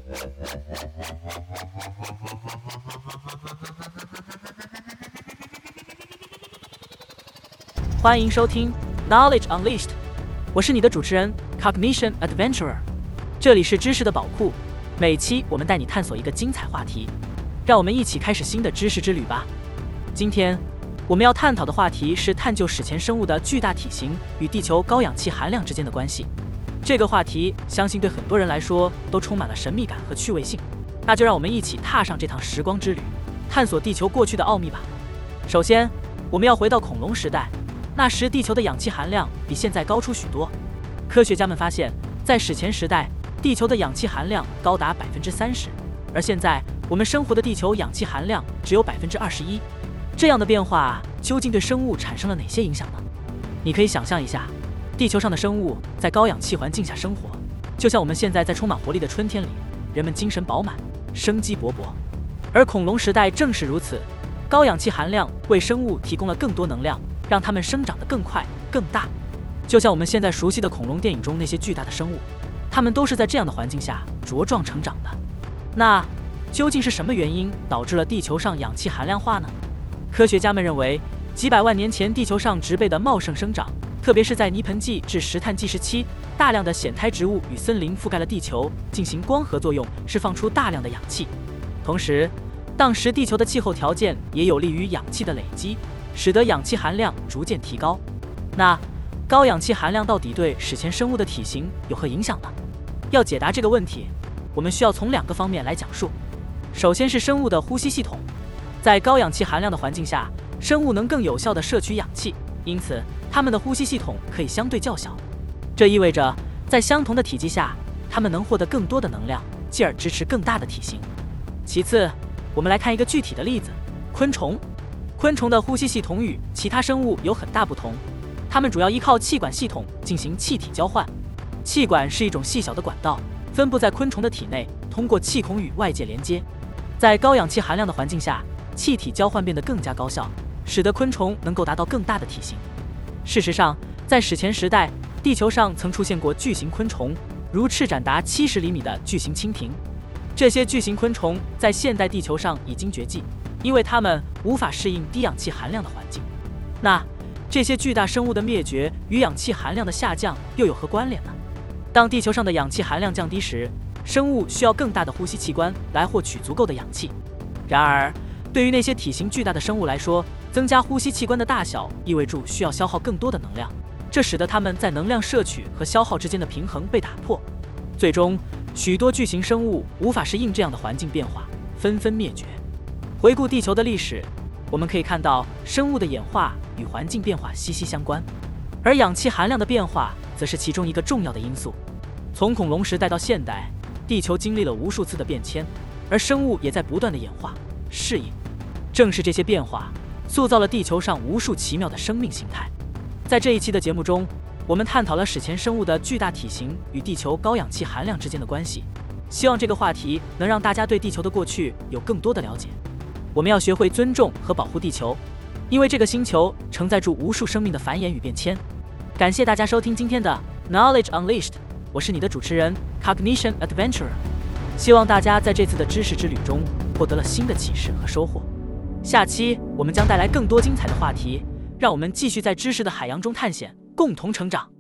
欢迎收听 Knowledge Unleashed， 我是你的主持人 Cognition Adventurer， 这里是知识的宝库，每期我们带你探索一个精彩话题，让我们一起开始新的知识之旅吧。今天我们要探讨的话题是探究史前生物的巨大体型与地球高氧气含量之间的关系。这个话题相信对很多人来说都充满了神秘感和趣味性，那就让我们一起踏上这趟时光之旅，探索地球过去的奥秘吧。首先，我们要回到恐龙时代，那时地球的氧气含量比现在高出许多。科学家们发现，在史前时代，地球的氧气含量高达30%，而现在我们生活的地球氧气含量只有21%。这样的变化究竟对生物产生了哪些影响呢？你可以想象一下，地球上的生物在高氧气环境下生活，就像我们现在在充满活力的春天里，人们精神饱满，生机勃勃。而恐龙时代正是如此，高氧气含量为生物提供了更多能量，让它们生长得更快更大。就像我们现在熟悉的恐龙电影中那些巨大的生物，它们都是在这样的环境下茁壮成长的。那究竟是什么原因导致了地球上氧气含量化呢？科学家们认为，几百万年前地球上植被的茂盛生长，特别是在泥盆纪至石炭纪时期，大量的藓胎植物与森林覆盖了地球，进行光合作用，释放出大量的氧气。同时，当时地球的气候条件也有利于氧气的累积，使得氧气含量逐渐提高。那高氧气含量到底对史前生物的体型有何影响呢？要解答这个问题，我们需要从2个方面来讲述。首先是生物的呼吸系统，在高氧气含量的环境下，生物能更有效地摄取氧气，因此它们的呼吸系统可以相对较小。这意味着在相同的体积下，它们能获得更多的能量，进而支持更大的体型。其次，我们来看一个具体的例子：昆虫。昆虫的呼吸系统与其他生物有很大不同，它们主要依靠气管系统进行气体交换。气管是一种细小的管道，分布在昆虫的体内，通过气孔与外界连接。在高氧气含量的环境下，气体交换变得更加高效，使得昆虫能够达到更大的体型。事实上，在史前时代，地球上曾出现过巨型昆虫，如翅展达70厘米的巨型蜻蜓。这些巨型昆虫在现代地球上已经绝迹，因为它们无法适应低氧气含量的环境。那这些巨大生物的灭绝与氧气含量的下降又有何关联呢？当地球上的氧气含量降低时，生物需要更大的呼吸器官来获取足够的氧气。然而，对于那些体型巨大的生物来说，增加呼吸器官的大小意味着需要消耗更多的能量，这使得它们在能量摄取和消耗之间的平衡被打破。最终，许多巨型生物无法适应这样的环境变化，纷纷灭绝。回顾地球的历史，我们可以看到生物的演化与环境变化息息相关，而氧气含量的变化则是其中一个重要的因素。从恐龙时代到现代，地球经历了无数次的变迁，而生物也在不断的演化适应。正是这些变化塑造了地球上无数奇妙的生命形态。在这一期的节目中，我们探讨了史前生物的巨大体型与地球高氧气含量之间的关系，希望这个话题能让大家对地球的过去有更多的了解。我们要学会尊重和保护地球，因为这个星球承载住无数生命的繁衍与变迁。感谢大家收听今天的 Knowledge Unleashed， 我是你的主持人 Cognition Adventurer， 希望大家在这次的知识之旅中获得了新的启示和收获。下期我们将带来更多精彩的话题，让我们继续在知识的海洋中探险，共同成长。